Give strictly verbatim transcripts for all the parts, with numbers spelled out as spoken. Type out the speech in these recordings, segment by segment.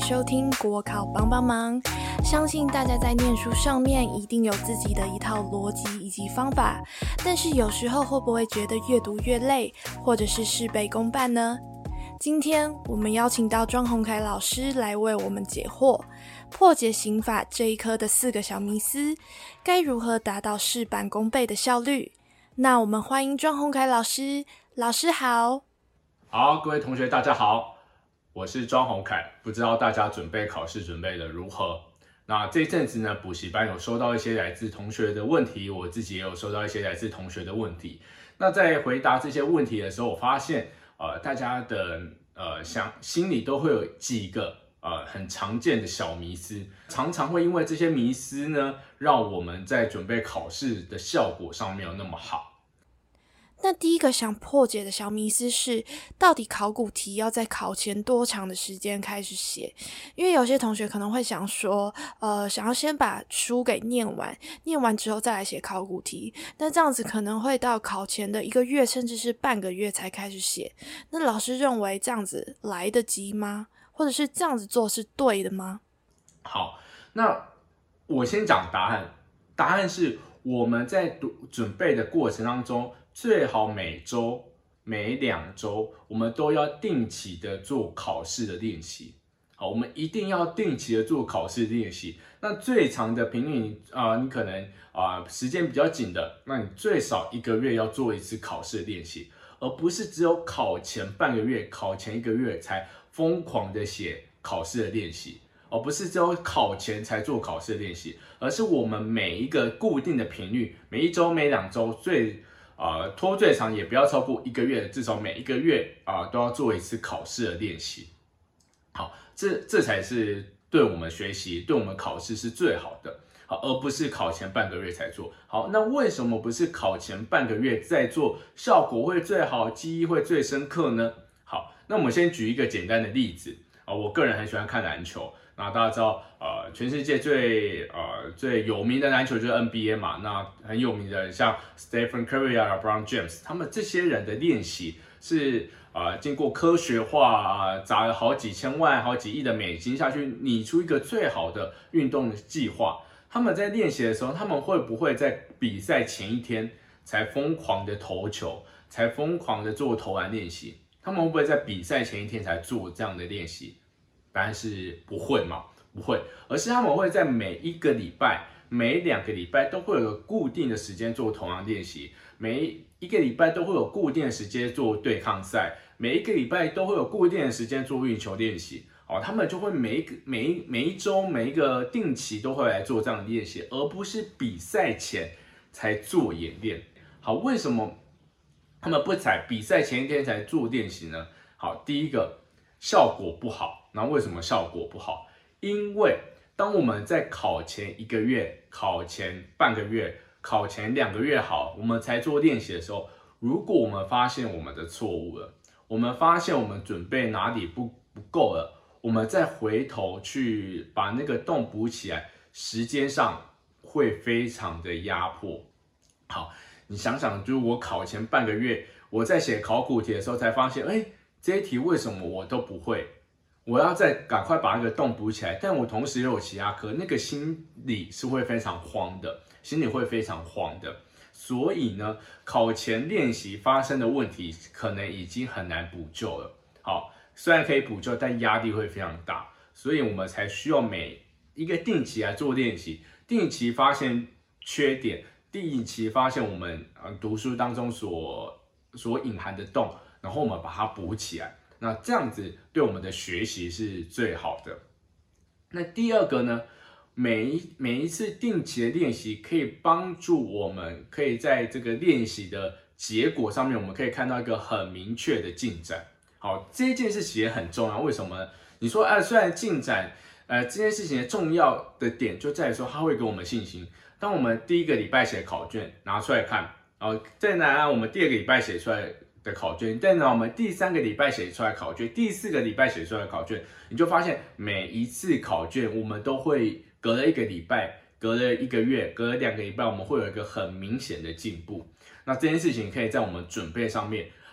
收听国考帮帮忙。相信大家在念书上面一定有自己的一套逻辑以及方法，但是有时候会不会觉得越读越累，或者是事倍功半呢？今天我们邀请到庄宏凯老师来为我们解惑，破解刑法这一科的四个小迷思，该如何达到事半功倍的效率？那我们欢迎庄宏凯老师。老师好。 好，各位同学大家好，我是庄宏凯，不知道大家准备考试准备的如何？那这阵子呢，补习班有收到一些来自同学的问题，我自己也有收到一些来自同学的问题。那在回答这些问题的时候，我发现，呃，大家的呃想心里都会有几个呃很常见的小迷思，常常会因为这些迷思呢，让我们在准备考试的效果上没有那么好。 那第一个想破解的小迷思是，到底考古题要在考前多长的时间开始写？因为有些同学可能会想说，呃，想要先把书给念完，念完之后再来写考古题，那这样子可能会到考前的一个月甚至是半个月才开始写。那老师认为这样子来得及吗？或者是这样子做是对的吗？ 好，那我先讲答案。答案是我们在读准备的过程当中，最好每周、每两周，我们都要定期的做考试的练习。好，我们一定要定期的做考试练习。那最长的频率，啊、呃，你可能啊、呃、时间比较紧的，那你最少一个月要做一次考试的练习，而不是只有考前半个月、考前一个月才疯狂的写考试的练习。而不是只有考前才做考试的练习，而是我们每一个固定的频率，每一周、每两周，最呃拖最长也不要超过一个月，至少每一个月啊、呃、都要做一次考试的练习。好，这这才是对我们学习、对我们考试是最好的。好，而不是考前半个月才做。好，那为什么不是考前半个月再做，效果会最好，记忆会最深刻呢？好，那我们先举一个简单的例子啊、呃，我个人很喜欢看篮球。那大家知道，呃，全世界最呃最有名的篮球就是 N B A 嘛。那很有名的像 Stephen Curry 啊、LeBron James， 他们这些人的练习是呃经过科学化啊，砸了好几千万、好几亿的美金下去，拟出一个最好的运动计划。他们在练习的时候，他们会不会在比赛前一天才疯狂的投球，才疯狂的做投篮练习？他们会不会在比赛前一天才做这样的练习？答案是不会嘛，不会，而是他们会在每一个礼拜、每两个礼拜都会有个固定的时间做同样练习，每一个礼拜都会有固定的时间做对抗赛，每一个礼拜都会有固定的时间做运球练习。哦，他们就会每一个每一每一周每一个定期都会来做这样的练习，而不是比赛前才做演练。好，为什么他们不在比赛前一天才做练习呢？好，第一个效果不好。那为什么效果不好？因为当我们在考前一个月、考前半个月、考前两个月好，我们才做练习的时候，如果我们发现我们的错误了，我们发现我们准备哪里不不够了，我们再回头去把那个洞补起来，时间上会非常的压迫。好，你想想，就是我考前半个月，我在写考古题的时候才发现，哎，这一题为什么我都不会？我要再赶快把那个洞补起来，但我同时又有其他科，那个心里是会非常慌的，心里会非常慌的。所以呢，考前练习发生的问题可能已经很难补救了。好，虽然可以补救，但压力会非常大，所以我们才需要每一个定期来做练习，定期发现缺点，定期发现我们呃读书当中所所隐含的洞，然后我们把它补起来。那这样子对我们的学习是最好的。那第二个呢，每一每一次定期的练习可以帮助我们，可以在这个练习的结果上面，我们可以看到一个很明确的进展。好，这件事情也很重要。为什么呢？你说，哎、啊，虽然进展，呃，这件事情的重要的点就在于说，它会给我们信心。当我们第一个礼拜写考卷拿出来看，然后再拿我们第二个礼拜写出来的考卷，但呢，我们第三个礼拜写出来考卷，第四个礼拜写出来考卷，你就发现每一次考卷，我们都会隔了一个礼拜，隔了一个月，隔了两个礼拜，我们会有一个很明显的进步。那这件事情可以在我们准备上面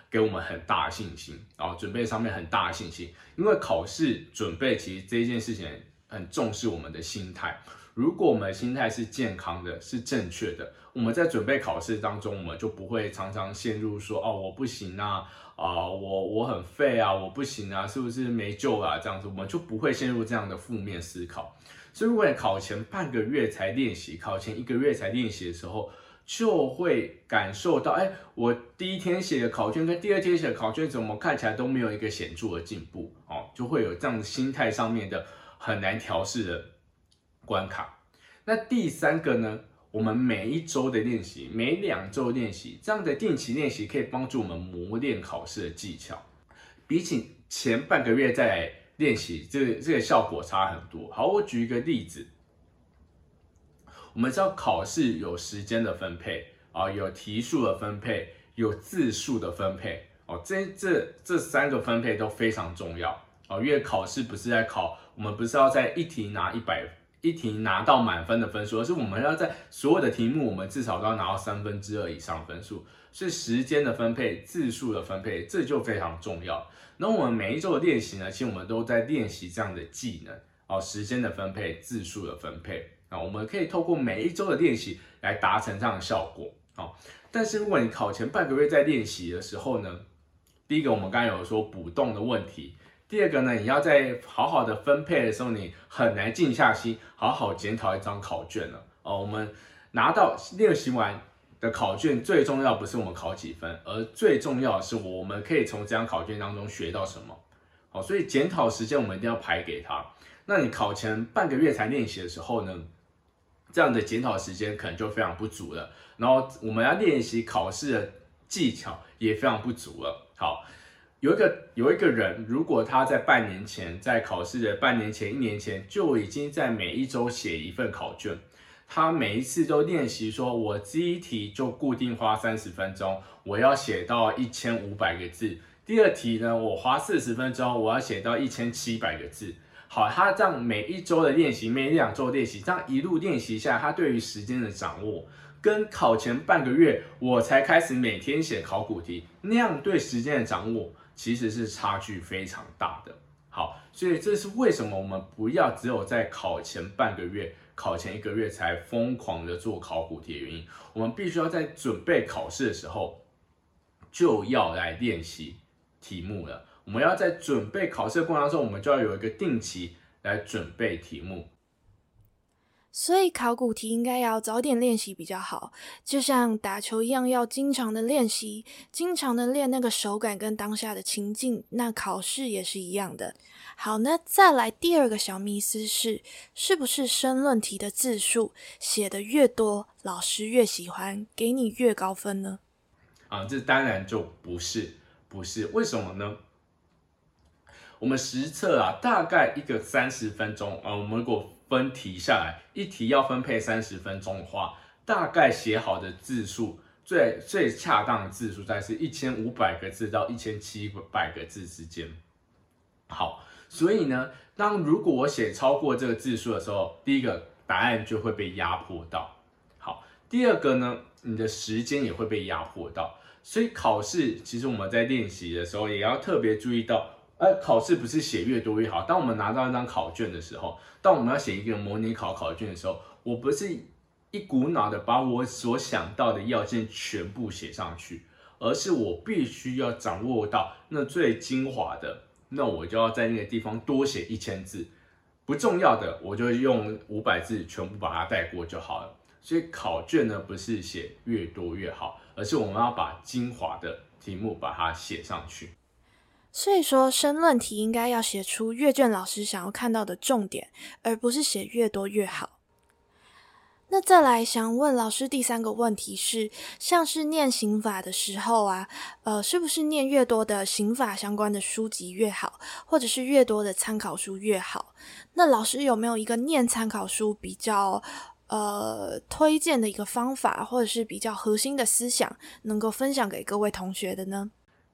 给我们很大的信心，然后准备上面很大的信心。因为考试准备其实这件事情很重视我们的心态。如果我们的心态是健康的，是正确的，我们在准备考试当中，我们就不会常常陷入说哦我不行啊，啊、呃、我我很废啊，我不行啊，是不是没救啊？这样子我们就不会陷入这样的负面思考。所以如果你考前半个月才练习，考前一个月才练习的时候，就会感受到，哎，我第一天写的考卷跟第二天写的考卷怎么看起来都没有一个显著的进步哦，就会有这样心态上面的很难调试的关卡。那第三个呢，我们每一周的练习，每两周练习，这样的定期练习可以帮助我们磨练考试的技巧，比起前半个月再来练习，这个这个效果差很多。好，我举一个例子，我们知道考试有时间的分配啊，有题数的分配，有字数的分配哦，这这这三个分配都非常重要哦，因为考试不是在考，我们不是要在一题拿一百。一题拿到满分的分数，而是我们要在所有的题目，我们至少都要拿到三分之二以上分数。所以时间的分配、字数的分配，这就非常重要。那我们每一周的练习呢，其实我们都在练习这样的技能哦，时间的分配、字数的分配啊，我们可以透过每一周的练习来达成这样的效果哦。但是如果你考前半个月在练习的时候呢，第一个我们刚才有说补洞的问题。第二个呢，你要在好好的分配的时候，你很难静下心好好检讨一张考卷了哦。我们拿到练习完的考卷，最重要不是我们考几分，而最重要的是我们可以从这张考卷当中学到什么。好，所以检讨时间我们一定要排给他。那你考前半个月才练习的时候呢，这样的检讨时间可能就非常不足了。然后我们要练习考试的技巧也非常不足了。好。有一个有一个人，如果他在半年前，在考试的半年前、一年前就已经在每一周写一份考卷，他每一次都练习说，我第一题就固定花三十分钟，我要写到一千五百个字；第二题呢，我花四十分钟，我要写到一千七百个字。好，他这样每一周的练习，每两周练习，这样一路练习下来，他对于时间的掌握，跟考前半个月我才开始每天写考古题那样对时间的掌握。其实是差距非常大的。好，所以这是为什么我们不要只有在考前半个月、考前一个月才疯狂的做考古题的原因。我们必须要在准备考试的时候就要来练习题目了。我们要在准备考试的过程当中，我们就要有一个定期来准备题目。 所以考古题应该要早点练习比较好，就像打球一样，要经常的练习，经常的练那个手感跟当下的情境，那考试也是一样的。好，那再来第二个小迷思是，是不是申论题的字数写得越多，老师越喜欢，给你越高分呢？ 啊，这当然就不是，不是，为什么呢？我们实测啊，大概一个三十分钟啊，我们如果分题下来，一题要分配三十分钟的话，大概写好的字数最最恰当的字数大概是一千五百个字到一千七百个字之间。好，所以呢，当如果我写超过这个字数的时候，第一个答案就会被压迫到。好，第二个呢，你的时间也会被压迫到。所以考试其实我们在练习的时候，也要特别注意到。呃，考试不是写越多越好。当我们拿到一张考卷的时候，当我们要写一个模拟考考卷的时候，我不是一股脑的把我所想到的要件全部写上去，而是我必须要掌握到那最精华的，那我就要在那个地方多写一千字，不重要的我就用五百字全部把它带过就好了。所以考卷呢，不是写越多越好，而是我们要把精华的题目把它写上去。 所以说申论题应该要写出阅卷老师想要看到的重点，而不是写越多越好。那再来想问老师第三个问题是，像是念刑法的时候啊，呃，是不是念越多的刑法相关的书籍越好，或者是越多的参考书越好？那老师有没有一个念参考书比较呃推荐的一个方法，或者是比较核心的思想，能够分享给各位同学的呢？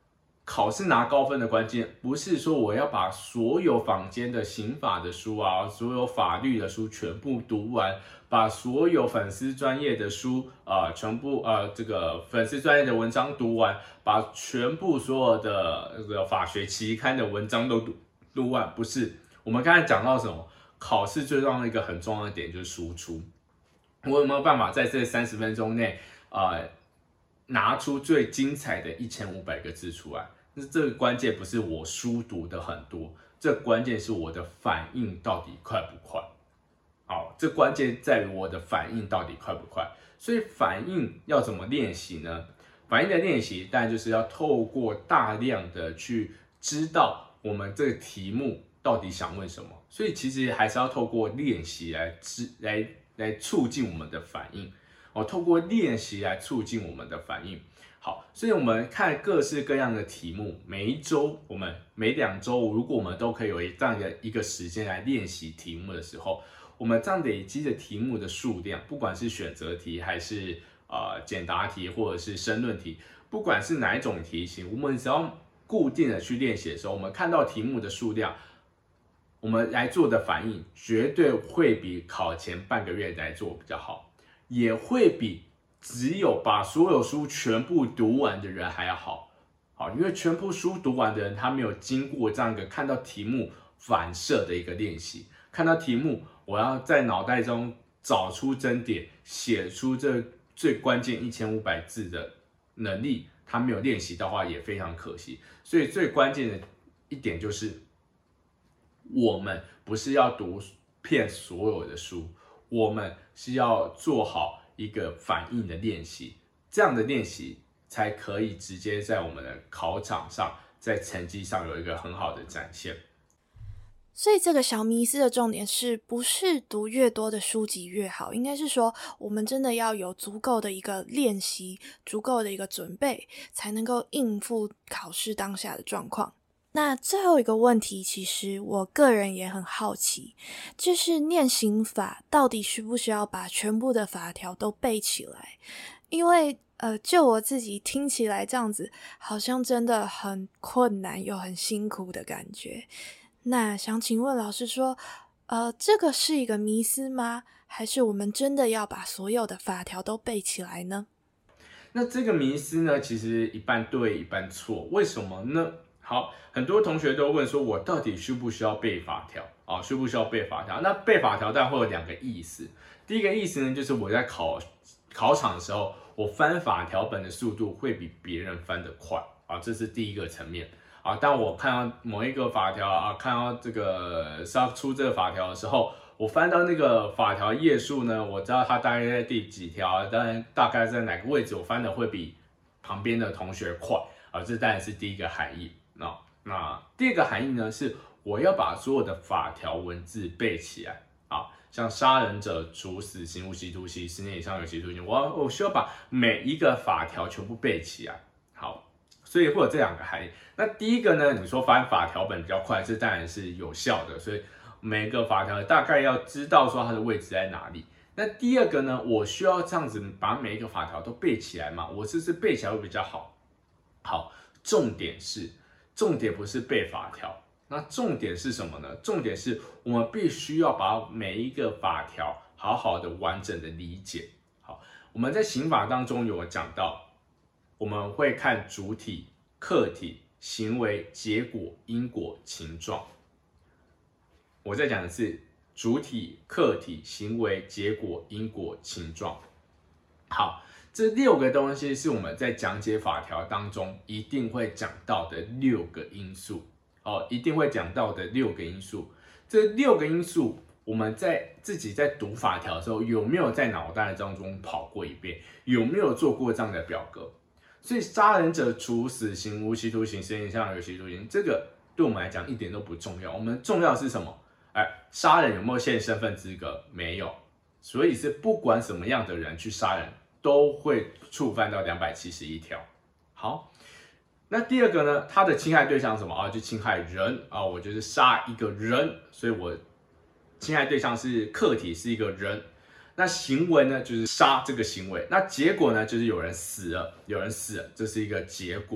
考试拿高分的关键，不是说我要把所有坊间的刑法的书啊，所有法律的书全部读完，把所有粉丝专业的书啊、呃，全部呃这个粉丝专业的文章读完，把全部所有的这个法学期刊的文章都读读完，不是。我们刚才讲到什么？考试最重要的一个很重要的点就是输出。我有没有办法在这三十分钟内，呃，拿出最精彩的一千五百个字出来？那这个关键不是我书读的很多，这关键是我的反应到底快不快。好，这关键在于我的反应到底快不快。所以反应要怎么练习呢？反应的练习当然就是要透过大量的去知道我们这个题目到底想问什么。所以其实还是要透过练习来知来来促进我们的反应。哦，透过练习来促进我们的反应。好，所以我们看各式各样的题目，每一周我们每两周，如果我们都可以有这样的一个时间来练习题目的时候，我们这样累积的题目的数量，不管是选择题还是呃简答题或者是申论题，不管是哪一种题型，我们只要固定的去练习的时候，我们看到题目的数量，我们来做的反应绝对会比考前半个月来做比较好，也会比只有把所有书全部读完的人还要好。好，因为全部书读完的人，他没有经过这样一个看到题目反射的一个练习，看到题目，我要在脑袋中找出真点，写出这最关键一千五百字的能力，他没有练习的话也非常可惜。所以最关键的一点就是，我们不是要读遍所有的书，我们是要做好一个反应的练习，这样的练习才可以直接在我们的考场上，在成绩上有一个很好的展现。 所以这个小迷思的重点是不是读越多的书籍越好，应该是说我们真的要有足够的一个练习，足够的一个准备，才能够应付考试当下的状况。那最后一个问题，其实我个人也很好奇，就是念刑法到底需不需要把全部的法条都背起来？因为呃，就我自己听起来这样子，好像真的很困难又很辛苦的感觉。那想请问老师说，呃，这个是一个迷思吗？还是我们真的要把所有的法条都背起来呢？ 那这个迷思呢，其实一半对一半错，为什么呢？好，很多同学都问说，我到底需不需要背法条啊？需不需要背法条？那背法条当然会有两个意思。第一个意思呢，就是我在考考场的时候，我翻法条本的速度会比别人翻得快啊，这是第一个层面。啊，当我看到某一个法条啊，看到这个是要出这个法条的时候，我翻到那个法条页数呢，我知道它大概在第几条，当然大概在哪个位置，我翻的会比旁边的同学快啊，这当然是第一个含义。那那第二个含义呢，是我要把所有的法条文字背起来啊，像杀人者处死刑、无期徒刑、十年以上有期徒刑，我我需要把每一个法条全部背起来。好。所以会有这两个含义。那第一个呢，你说翻法条本比较快，这当然是有效的，所以每个法条大概要知道说它的位置在哪里。那第二个呢，我需要这样子把每一个法条都背起来嘛？我是不是背起来会比较好？好，重点是，重点不是背法条，那重点是什么呢？重点是我们必须要把每一个法条好好的完整的理解。好，我们在刑法当中有讲到。我们会看主体、客体、行为、结果、因果、情状。我再讲的是主体、客体、行为、结果、因果、情状。好，这六个东西是我们在讲解法条当中一定会讲到的六个因素。哦，一定会讲到的六个因素。这六个因素，我们在自己在读法条的时候，有没有在脑袋当中跑过一遍？有没有做过这样的表格？所以杀人者处死刑、无期徒刑、十年以上有期徒刑，这个对我们来讲一点都不重要。我们重要的是什么？哎，杀人有没有限身份资格？没有，所以是不管什么样的人去杀人，都会触犯到两百七十一条。好，那第二个呢？他的侵害对象是什么啊？就侵害人啊，我就是杀一个人，所以我侵害对象是客体，是一个人。那行为呢，就是杀这个行为。那结果呢，就是有人死了，有人死了，这是一个结果。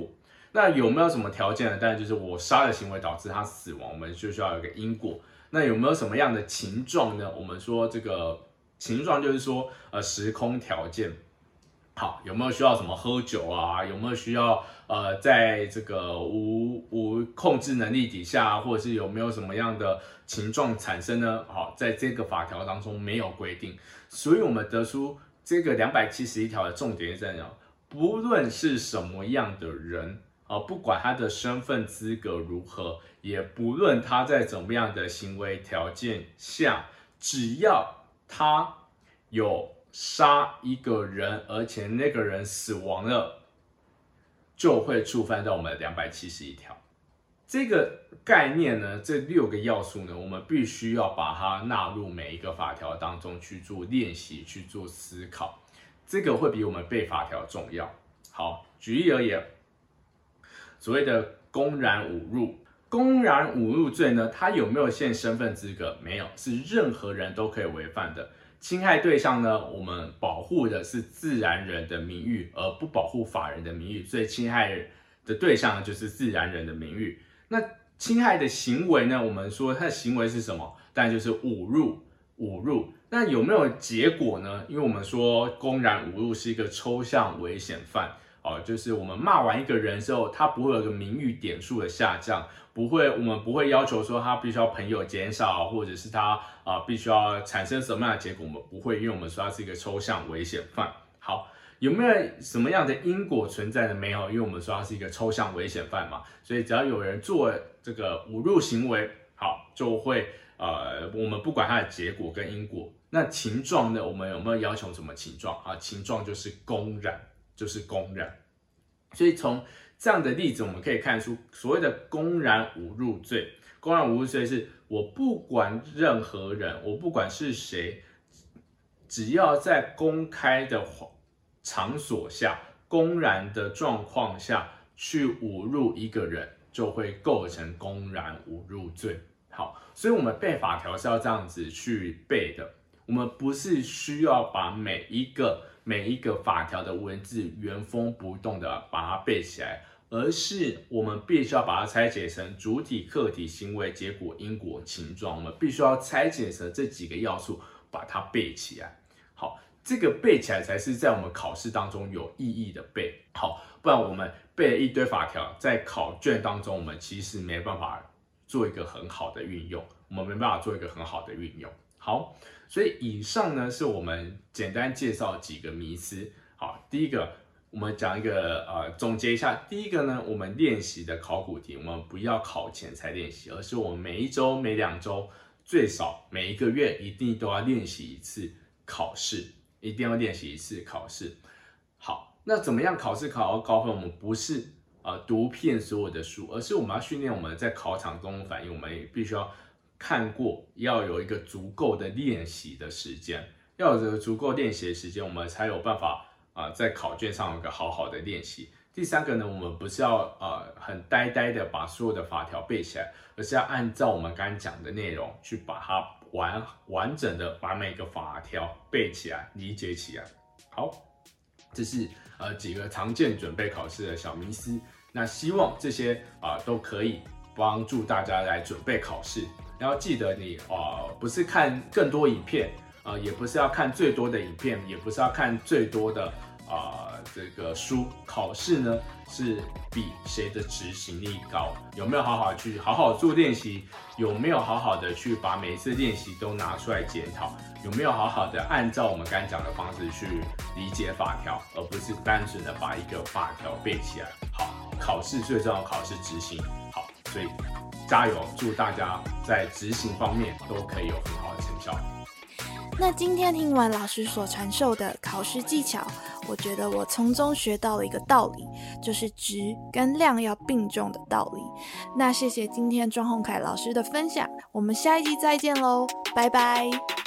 那有没有什么条件呢？当然就是我杀的行为导致他死亡，我们就需要有一个因果。那有没有什么样的情状呢？我们说这个情状就是说，呃，时空条件。好，有没有需要什么喝酒啊？有没有需要呃，在这个无无控制能力底下，或者是有没有什么样的情状产生呢？好，在这个法条当中没有规定，所以我们得出这个两百七十一条的重点是在哪？不论是什么样的人啊，不管他的身份资格如何，也不论他在怎么样的行为条件下，只要他有杀一个人，而且那个人死亡了，就会触犯到我们的两百七十一条。这个概念呢，这六个要素呢，我们必须要把它纳入每一个法条当中去做练习，去做思考。这个会比我们背法条重要。好，举例而言，所谓的公然侮辱，公然侮辱罪呢，它有没有限身份资格？没有，是任何人都可以违犯的。侵害对象呢，我们保护的是自然人的名誉，而不保护法人的名誉，所以侵害的对象就是自然人的名誉。那侵害的行为呢，我们说它的行为是什么？当然就是侮辱，侮辱。那有没有结果呢？因为我们说公然侮辱是一个抽象危险犯，哦，就是我们骂完一个人之后，他不会有个名誉点数的下降。不会，我们不会要求说他必须要朋友减少，或者是他啊、呃、必须要产生什么样的结果，我们不会，因为我们说他是一个抽象危险犯。好，有没有什么样的因果存在呢？没有，因为我们说他是一个抽象危险犯嘛，所以只要有人做这个侮辱行为，好，就会呃，我们不管他的结果跟因果。那情状呢？我们有没有要求什么情状啊？情状就是公然，就是公然。所以从这样的例子，我们可以看出所谓的公然侮辱罪。公然侮辱罪是我不管任何人，我不管是谁，只要在公开的场所下、公然的状况下去侮辱一个人，就会构成公然侮辱罪。好，所以我们背法条是要这样子去背的。我们不是需要把每一个每一个法条的文字原封不动的把它背起来，而是我们必须要把它拆解成主体、客体、行为、结果、因果、情状。我们必须要拆解成这几个要素，把它背起来。好，这个背起来才是在我们考试当中有意义的背。好，不然我们背了一堆法条，在考卷当中我们其实没办法做一个很好的运用，我们没办法做一个很好的运用。好，所以以上呢是我们简单介绍几个迷思。好，第一个我们讲一个呃总结一下，第一个呢，我们练习的考古题，我们不要考前才练习，而是我们每一周、每两周，最少每一个月一定都要练习一次考试，一定要练习一次考试。好，那怎么样考试考到高分？我们不是呃读遍所有的书，而是我们要训练我们在考场中的反应，我们也必须要看过，要有一个足够的练习的时间，要有足够练习的时间，我们才有办法啊、呃，在考卷上有一个好好的练习。第三个呢，我们不是要呃很呆呆的把所有的法条背起来，而是要按照我们刚刚讲的内容去把它完完整的把每个法条背起来、理解起来。好，这是呃几个常见准备考试的小迷思。那希望这些啊、呃、都可以帮助大家来准备考试。然后记得你啊、呃，不是看更多影片，呃，也不是要看最多的影片，也不是要看最多的啊、呃、这个书。考试呢是比谁的执行力高，有没有好好去好好做练习，有没有好好的去把每一次练习都拿出来检讨，有没有好好的按照我们刚才讲的方式去理解法条，而不是单纯的把一个法条背起来。好，考试最重要，考试执行好，所以加油，祝大家在执行方面都可以有很好的成效。 那今天听完老师所传授的考试技巧，我觉得我从中学到了一个道理，就是质跟量要并重的道理。那谢谢今天庄宏凯老师的分享，我们下一集再见喽，拜拜。